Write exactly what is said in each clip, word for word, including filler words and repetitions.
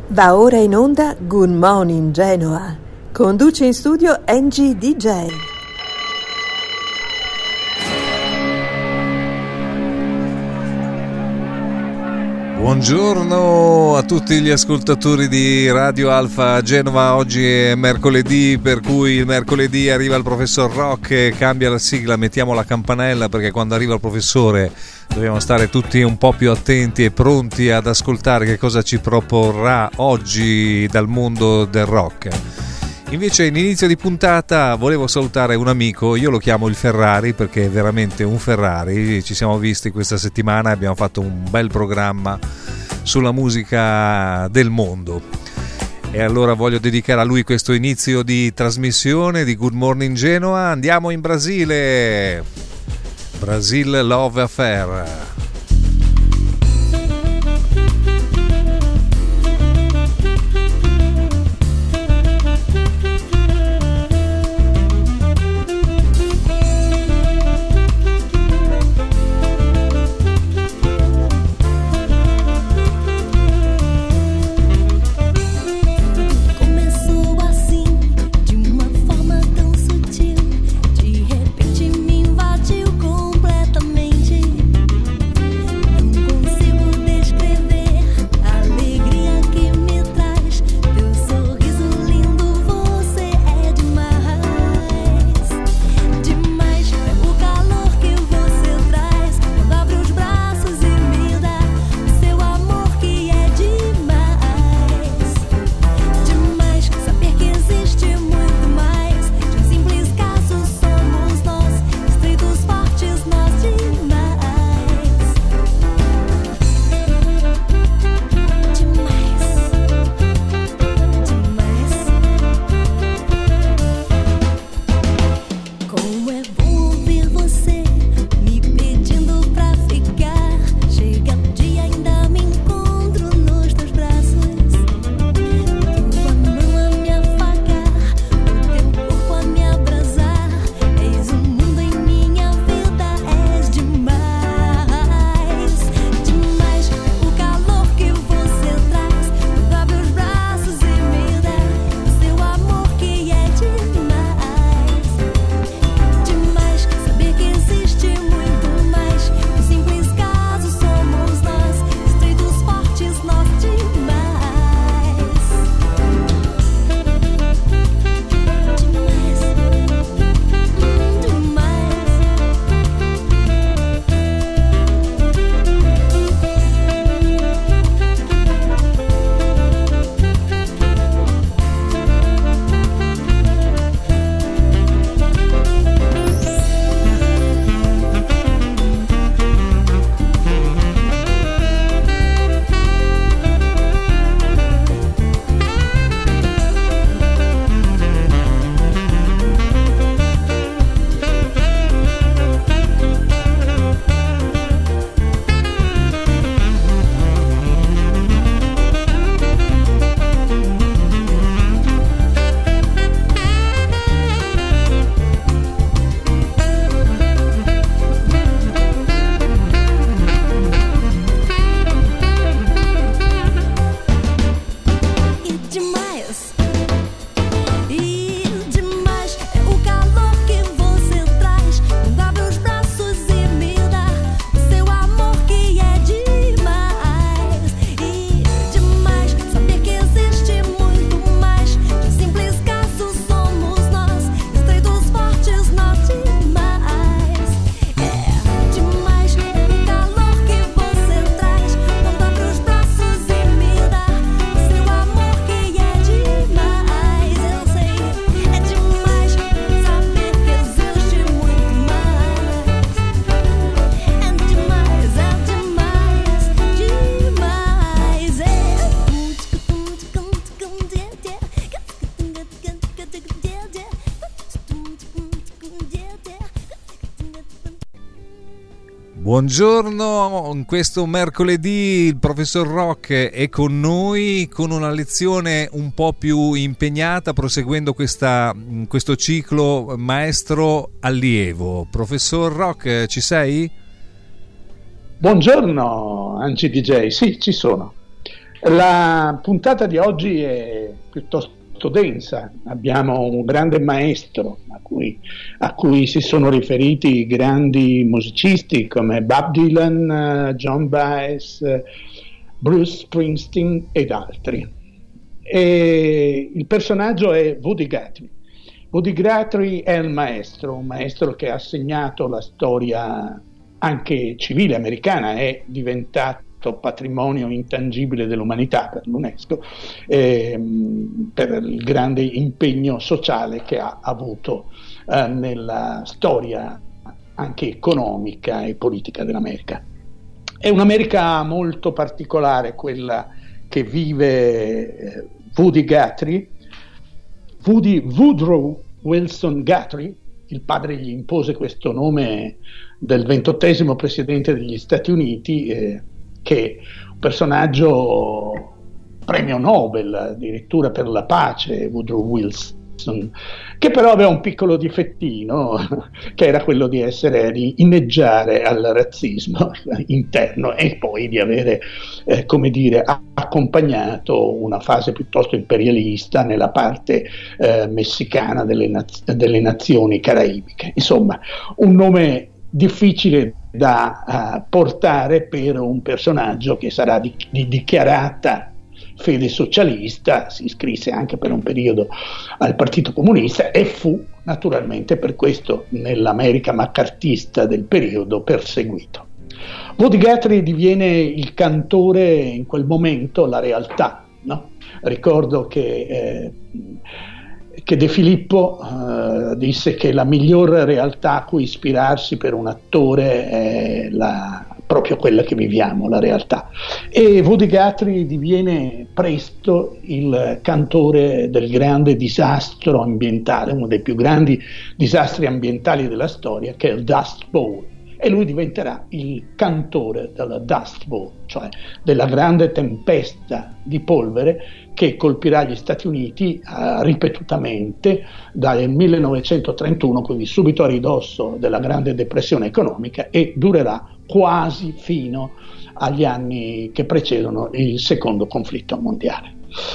Va ora in onda Good Morning Genoa. Conduce in studio Angie D J. Buongiorno a tutti gli ascoltatori di Radio Alfa Genova. Oggi è mercoledì, per cui il mercoledì arriva il professor Rock e cambia la sigla, mettiamo la campanella perché quando arriva il professore dobbiamo stare tutti un po' più attenti e pronti ad ascoltare che cosa ci proporrà oggi dal mondo del rock. Invece in inizio di puntata volevo salutare un amico, io lo chiamo il Ferrari perché è veramente un Ferrari. Ci siamo visti questa settimana e abbiamo fatto un bel programma sulla musica del mondo. E allora voglio dedicare a lui questo inizio di trasmissione di Good Morning Genoa. Andiamo in Brasile. Brasil Love Affair. Buongiorno, in questo mercoledì il professor Rock è con noi con una lezione un po' più impegnata, proseguendo questa, questo ciclo maestro allievo. Professor Rock, ci sei? Buongiorno Angie D J, sì, ci sono. La puntata di oggi è piuttosto densa, abbiamo un grande maestro a cui, a cui si sono riferiti grandi musicisti come Bob Dylan, John Baez, Bruce Springsteen ed altri. E il personaggio è Woody Guthrie. Woody Guthrie è il maestro, un maestro che ha segnato la storia anche civile americana, è diventato patrimonio intangibile dell'umanità per l'UNESCO, ehm, per il grande impegno sociale che ha avuto eh, nella storia anche economica e politica dell'America. È un'America molto particolare quella che vive eh, Woody Guthrie. Woody Woodrow Wilson Guthrie, il padre gli impose questo nome del ventottesimo presidente degli Stati Uniti, eh, che è un personaggio premio Nobel addirittura per la pace, Woodrow Wilson, che però aveva un piccolo difettino, che era quello di essere di inneggiare al razzismo interno e poi di avere eh, come dire accompagnato una fase piuttosto imperialista nella parte eh, messicana delle, naz- delle nazioni caraibiche. Insomma, un nome difficile da uh, portare per un personaggio che sarà di, di dichiarata fede socialista, si iscrisse anche per un periodo al Partito Comunista e fu naturalmente per questo nell'America maccartista del periodo perseguito. Woody Guthrie diviene il cantore in quel momento, la realtà, no? Ricordo che eh, che De Filippo eh, disse che la miglior realtà a cui ispirarsi per un attore è la, proprio quella che viviamo, la realtà. E Woody Guthrie diviene presto il cantore del grande disastro ambientale, uno dei più grandi disastri ambientali della storia, che è il Dust Bowl. E lui diventerà il cantore della Dust Bowl, cioè della grande tempesta di polvere che colpirà gli Stati Uniti uh, ripetutamente dal millenovecentotrentuno, quindi subito a ridosso della grande depressione economica, e durerà quasi fino agli anni che precedono il secondo conflitto mondiale.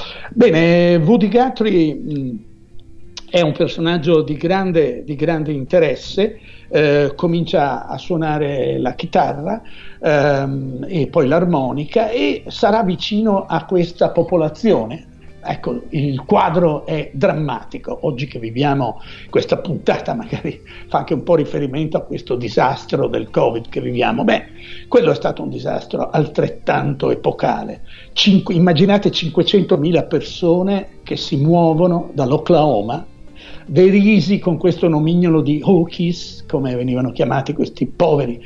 Bene, Woody Guthrie mh, è un personaggio di grande, di grande interesse. Eh, comincia a suonare la chitarra ehm, e poi l'armonica e sarà vicino a questa popolazione. Ecco, il quadro è drammatico. Oggi che viviamo questa puntata magari fa anche un po' riferimento a questo disastro del Covid che viviamo. Beh, quello è stato un disastro altrettanto epocale. Cinque, immaginate cinquecentomila persone che si muovono dall'Oklahoma, derisi con questo nomignolo di Hawkies, come venivano chiamati questi poveri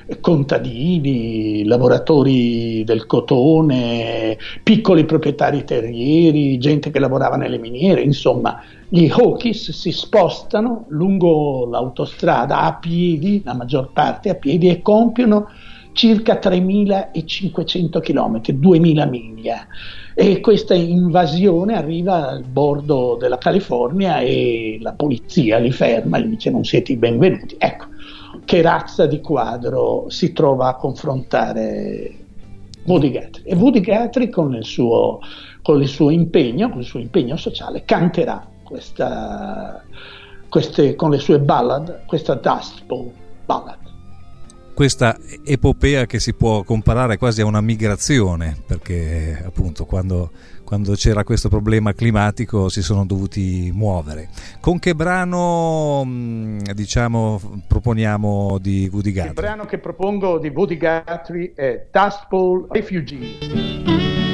contadini, lavoratori del cotone, piccoli proprietari terrieri, gente che lavorava nelle miniere. Insomma, gli Hawkies si spostano lungo l'autostrada a piedi, la maggior parte a piedi, e compiono circa tremilacinquecento chilometri, duemila miglia. E questa invasione arriva al bordo della California e la polizia li ferma, gli dice non siete i benvenuti. Ecco, che razza di quadro si trova a confrontare Woody Guthrie. E Woody Guthrie con il suo, con il suo impegno, con il suo impegno sociale, canterà questa, queste, con le sue ballad, questa Dust Bowl ballad. Questa epopea che si può comparare quasi a una migrazione, perché appunto quando, quando c'era questo problema climatico si sono dovuti muovere. Con che brano diciamo proponiamo di Woody Guthrie? Il brano che propongo di Woody Guthrie è Dust Bowl Refugee.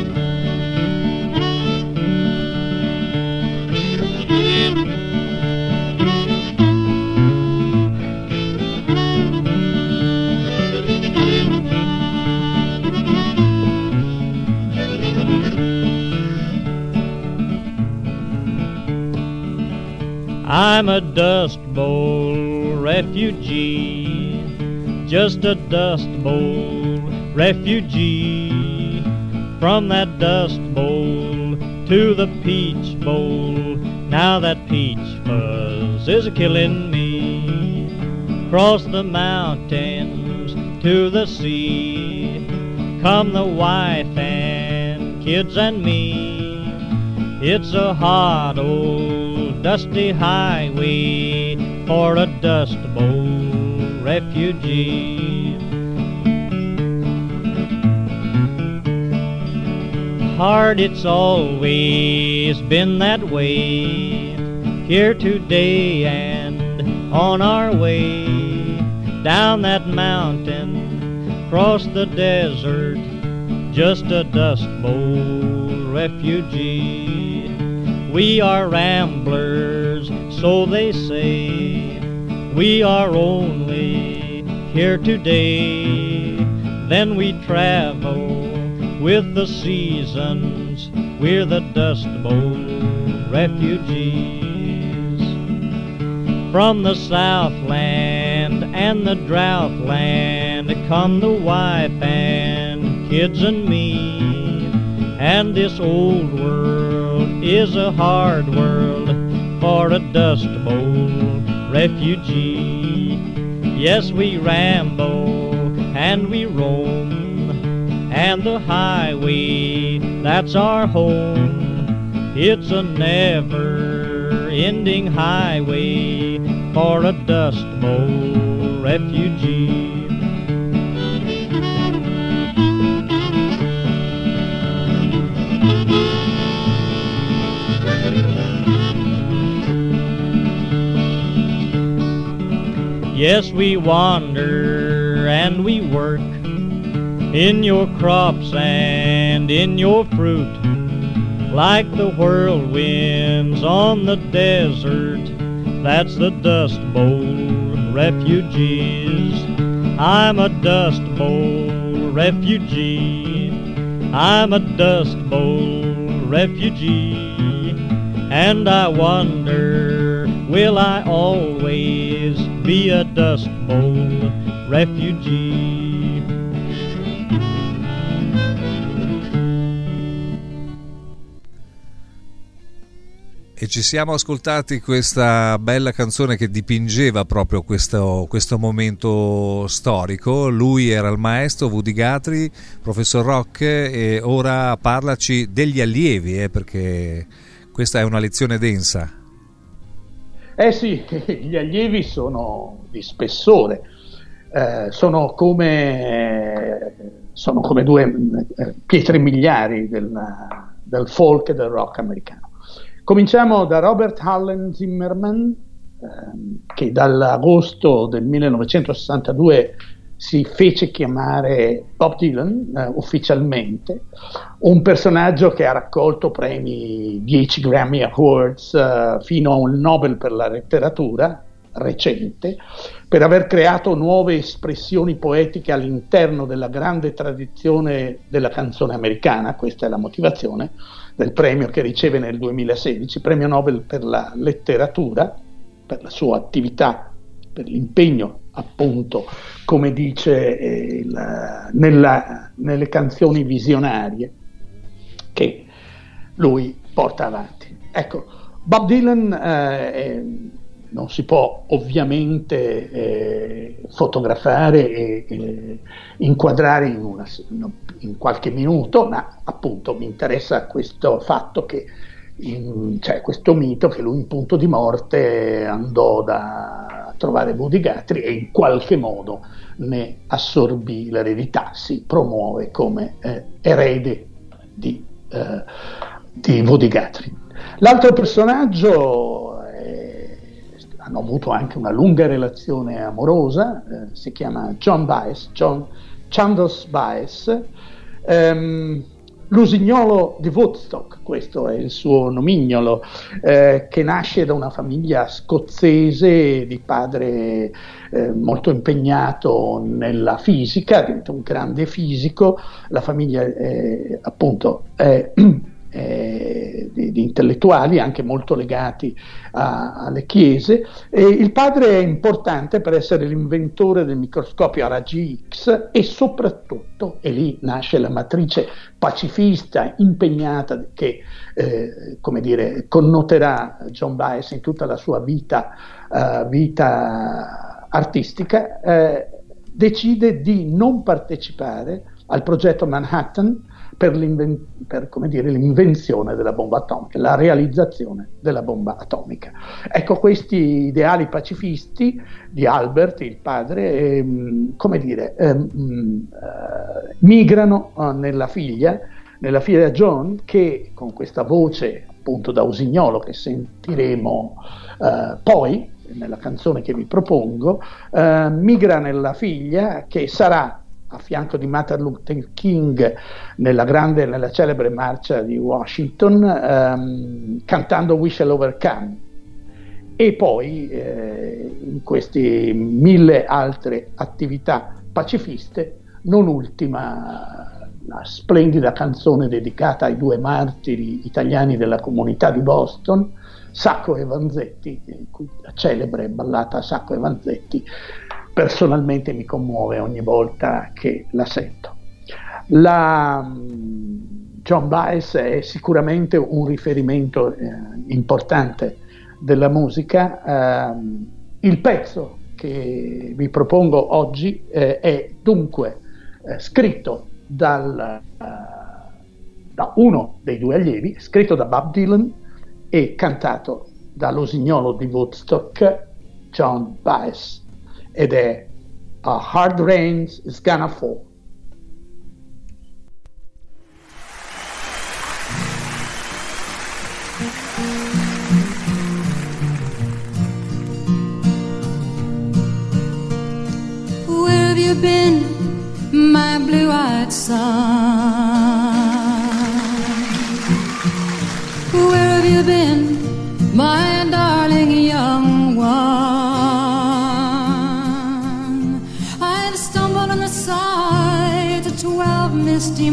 I'm a Dust Bowl refugee, just a Dust Bowl refugee. From that Dust Bowl to the Peach Bowl, now that peach fuzz is a-killin' me. Cross the mountains to the sea, come the wife and kids and me. It's a hot old dusty highway for a Dust Bowl refugee. Hard, it's always been that way, here today and on our way, down that mountain, across the desert, just a Dust Bowl refugee. We are ramblers, so they say, we are only here today, then we travel with the seasons, we're the Dust Bowl refugees. From the Southland and the Droughland come the wife and kids and me, and this old world is a hard world for a Dust Bowl refugee. Yes, we ramble and we roam, and the highway, that's our home. It's a never-ending highway for a Dust Bowl refugee. Yes, we wander and we work in your crops and in your fruit, like the whirlwinds on the desert, that's the Dust Bowl refugees. I'm a Dust Bowl refugee, I'm a Dust Bowl refugee, and I wonder, will I always be a Dust Bowl refugee? E ci siamo ascoltati questa bella canzone che dipingeva proprio questo, questo momento storico. Lui era il maestro Woody Guthrie, professor Rock, e ora parlaci degli allievi, eh, perché questa è una lezione densa. Eh sì, gli allievi sono di spessore, eh, sono come, sono come due eh, pietre miliari del, del folk e del rock americano. Cominciamo da Robert Allen Zimmerman, ehm, che dall'agosto del millenovecentosessantadue si fece chiamare Bob Dylan eh, ufficialmente, un personaggio che ha raccolto premi, dieci Grammy Awards, eh, fino a un Nobel per la letteratura recente, per aver creato nuove espressioni poetiche all'interno della grande tradizione della canzone americana. Questa è la motivazione del premio che riceve nel duemilasedici, premio Nobel per la letteratura, per la sua attività, per l'impegno, appunto, come dice eh, il, nella, nelle canzoni visionarie che lui porta avanti. Ecco, Bob Dylan eh, è, non si può ovviamente eh, fotografare e, e inquadrare in, una, in qualche minuto, ma appunto mi interessa questo fatto che, in, cioè questo mito che lui in punto di morte andò da a trovare Woody Guthrie e in qualche modo ne assorbì l'eredità, si promuove come eh, erede di, eh, di Woody Guthrie. L'altro personaggio hanno avuto anche una lunga relazione amorosa, eh, si chiama John Baez, John Chandos Baez, ehm, l'usignolo di Woodstock, questo è il suo nomignolo, eh, che nasce da una famiglia scozzese di padre eh, molto impegnato nella fisica, diventa un grande fisico, la famiglia eh, appunto è Eh, di, di intellettuali anche molto legati a, alle chiese, e il padre è importante per essere l'inventore del microscopio a raggi X e soprattutto, e lì nasce la matrice pacifista impegnata che eh, come dire connoterà John Baez in tutta la sua vita, uh, vita artistica, eh, decide di non partecipare al progetto Manhattan per, per come dire, l'invenzione della bomba atomica, la realizzazione della bomba atomica. Ecco, questi ideali pacifisti di Albert, il padre, ehm, come dire, ehm, eh, migrano eh, nella figlia, nella figlia Joan, che con questa voce appunto da usignolo che sentiremo eh, poi nella canzone che vi propongo, eh, migra nella figlia che sarà a fianco di Martin Luther King nella grande, nella celebre marcia di Washington, ehm, cantando We Shall Overcome, e poi eh, in queste mille altre attività pacifiste, non ultima la splendida canzone dedicata ai due martiri italiani della comunità di Boston, Sacco e Vanzetti, la celebre ballata Sacco e Vanzetti. Personalmente mi commuove ogni volta che la sento. La, Joan Baez è sicuramente un riferimento eh, importante della musica. Eh, il pezzo che vi propongo oggi eh, è dunque eh, scritto dal, uh, da uno dei due allievi, scritto da Bob Dylan e cantato dall'usignolo di Woodstock, Joan Baez, ed è A Hard Rain is Gonna Fall. Where have you been, my blue-eyed son? Where have you been, my darling young one? I've stumbled on the sides of twelve misty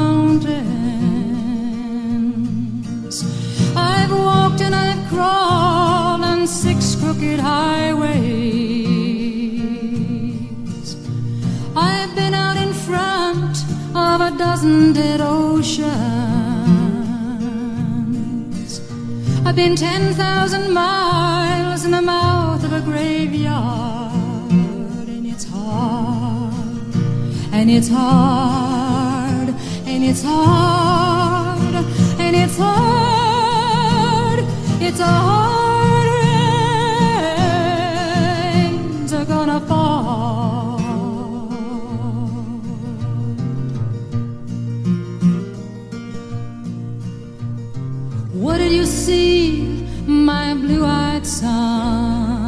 mountains. I've walked and I've crawled on six crooked highways. I've been out in front of a dozen dead oceans. I've been ten thousand miles in the mouth of a graveyard. And it's hard, and it's hard, and it's hard, and it's hard, it's a hard rains are gonna fall. What did you see, my blue-eyed son?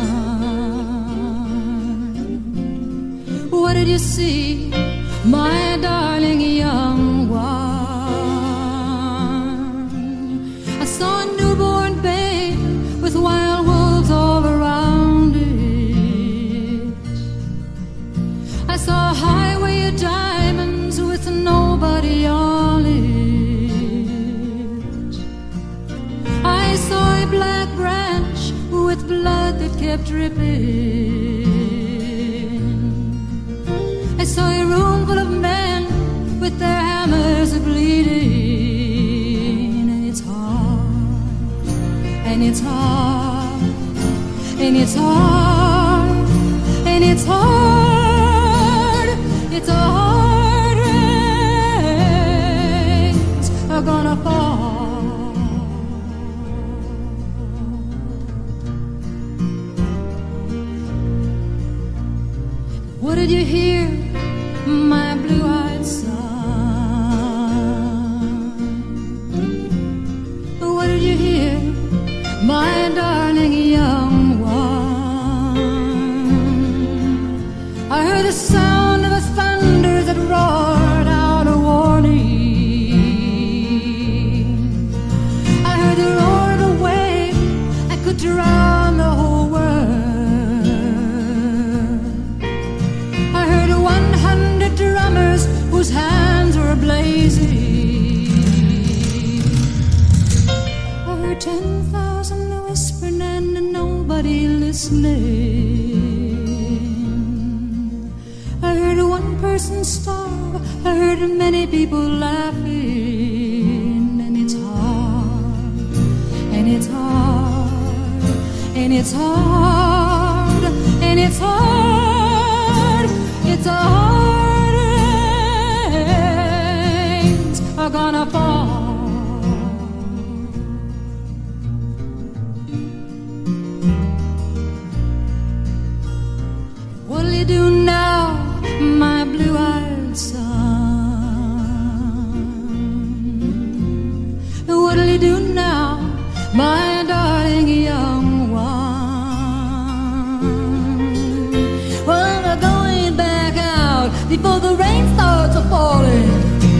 What did you see, my darling young one? I saw a newborn babe with wild wolves all around it. I saw a highway of diamonds with nobody on it. I saw a black branch with blood that kept dripping. I saw a room full of men with their hammers bleeding. And it's hard, and it's hard, and it's hard, and it's hard, it's a hard rains are gonna fall. What did you hear, my blue-eyed son? What did you hear, my darling young one? I heard the sound of a thunder that roared out a warning. I heard the roar of a wave that could drown the whole world. Drummers whose hands were blazing. I heard ten thousand whispering and nobody listening. I heard one person starve. I heard many people laughing. And it's hard, and it's hard, and it's hard, and it's hard, it's a hard are gonna you do now, my darling young one? Well, we're going back out before the rain starts a falling.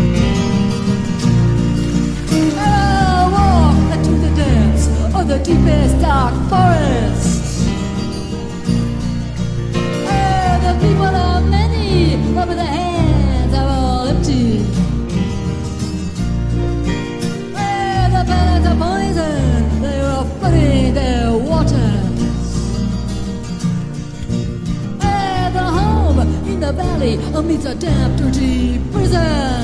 I'll walk to the depths of the deepest dark forest. Oh, the people are many, but the hands are all empty. Oh, the planets are poison, they are flooding their waters. Oh, the home in the valley meets a damp, dirty prison.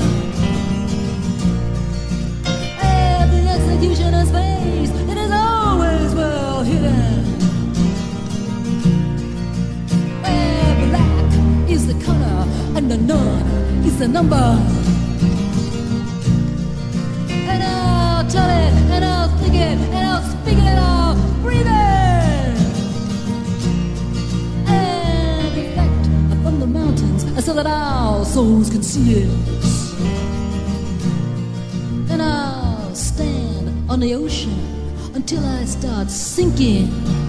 Oh, the executioner's face, it is always well hidden. Oh, black is the color and the none is the number. And I'll tell it, and I'll think it, and I'll speak it, and I'll breathe it. And reflect from the mountains so that our souls can see it. And I'll stand on the ocean until I start sinking.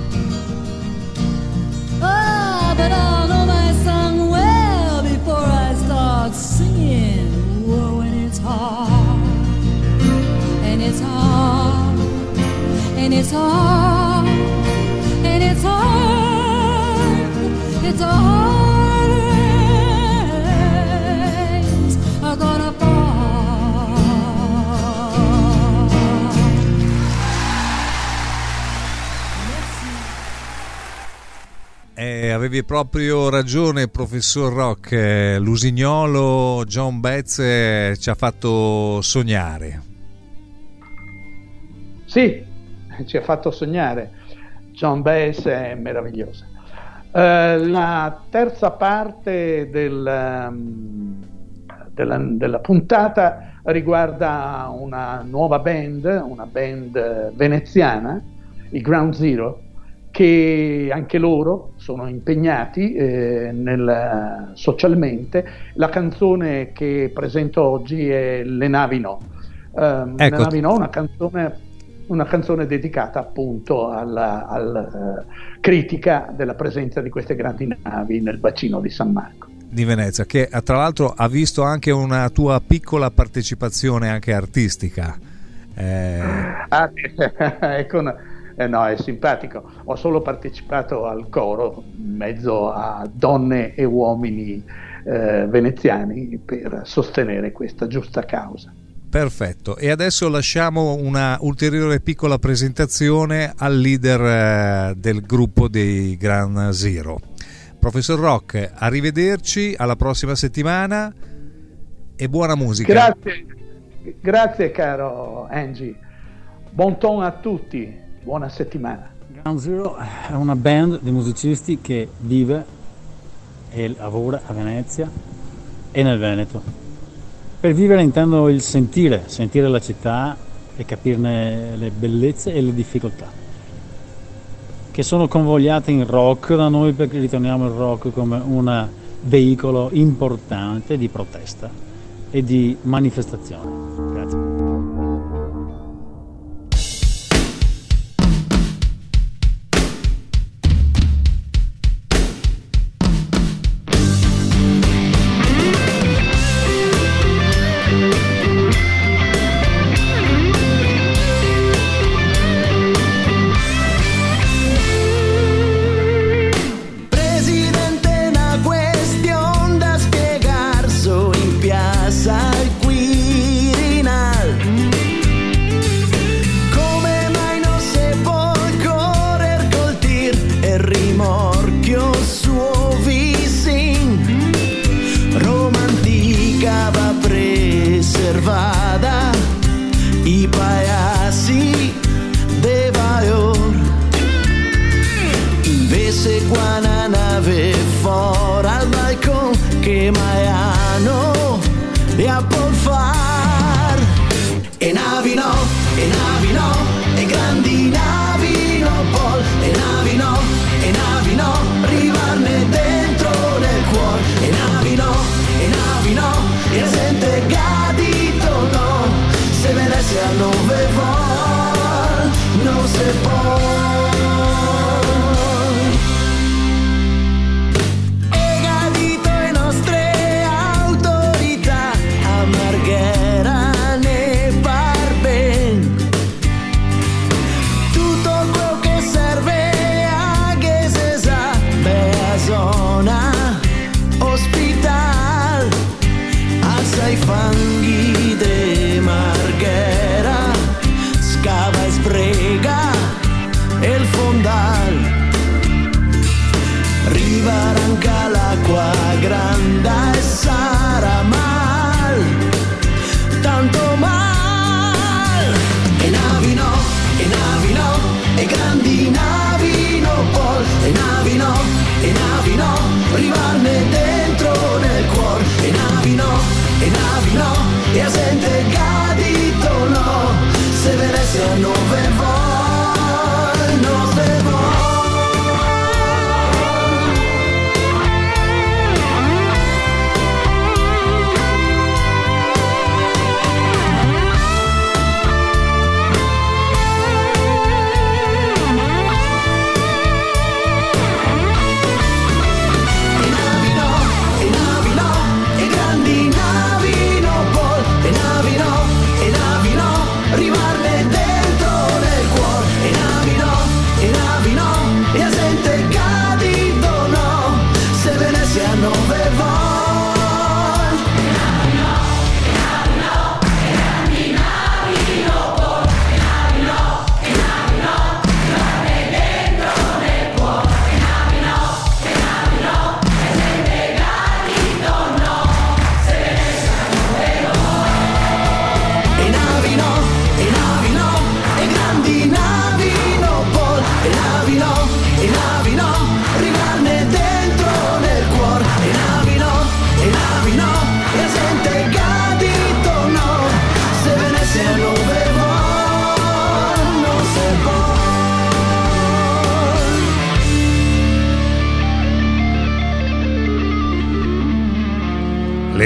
Ah, but I'll know my song well before I start singing. Whoa, and it's hard, and it's hard, and it's hard, and it's hard, it's hard, rains are gonna fall. Eh, avevi proprio ragione, professor Rock. eh, L'usignolo John Betts eh, ci ha fatto sognare. Sì, ci ha fatto sognare. John Baez è meravigliosa. Eh, la terza parte del, um, della, della puntata riguarda una nuova band, una band veneziana, i Ground Zero, che anche loro sono impegnati eh, nel, socialmente. La canzone che presento oggi è Le navi no. Um, ecco. Le navi no, una canzone una canzone dedicata appunto alla, alla uh, critica della presenza di queste grandi navi nel bacino di San Marco Di Venezia, che tra l'altro ha visto anche una tua piccola partecipazione anche artistica. Eh... Ah, ecco, eh, no, è simpatico. Ho solo partecipato al coro in mezzo a donne e uomini eh, veneziani per sostenere questa giusta causa. Perfetto, e adesso lasciamo una ulteriore piccola presentazione al leader eh, del gruppo dei Ground Zero. Professor Rock, arrivederci, alla prossima settimana e buona musica. Grazie, grazie caro Angie, buon ton a tutti, buona settimana. Ground Zero è una band di musicisti che vive e lavora a Venezia e nel Veneto. Per vivere intendo il sentire, sentire la città e capirne le bellezze e le difficoltà, che sono convogliate in rock da noi, perché riteniamo il rock come un veicolo importante di protesta e di manifestazione. Grazie. Piazza al Quirinale.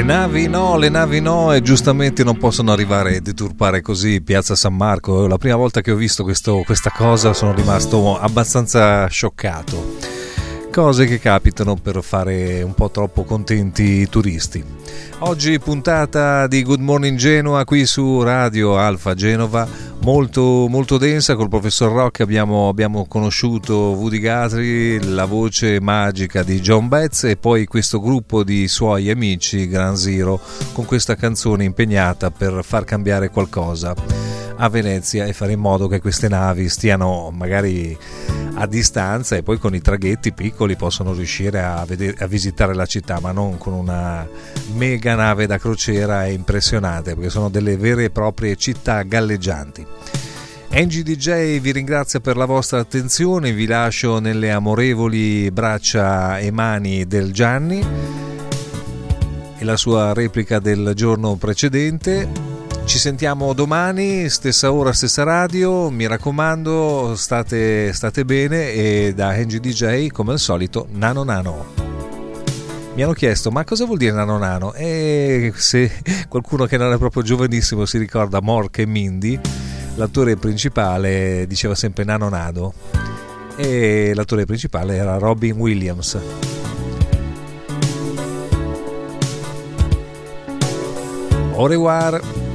navi no, le navi no, e giustamente non possono arrivare a deturpare così Piazza San Marco. La prima volta che ho visto questo, questa cosa sono rimasto abbastanza scioccato. Cose che capitano per fare un po' troppo contenti i turisti. Oggi puntata di Good Morning Genoa qui su Radio Alfa Genova, molto molto densa. Col professor Rock abbiamo, abbiamo conosciuto Woody Guthrie, la voce magica di John Betts, e poi questo gruppo di suoi amici Ground Zero con questa canzone impegnata per far cambiare qualcosa a Venezia e fare in modo che queste navi stiano magari a distanza, e poi con i traghetti piccoli possono riuscire a, vedere, a visitare la città, ma non con una mega nave da crociera. È impressionante perché sono delle vere e proprie città galleggianti. N G D J vi ringrazia per la vostra attenzione, vi lascio nelle amorevoli braccia e mani del Gianni e la sua replica del giorno precedente. Ci sentiamo domani, stessa ora, stessa radio. Mi raccomando, state, state bene, e da N G D J come al solito Nano Nano. Mi hanno chiesto ma cosa vuol dire Nano Nano, e se qualcuno che non è proprio giovanissimo si ricorda Mork e Mindy, l'attore principale diceva sempre Nano Nano, e l'attore principale era Robin Williams. Au revoir.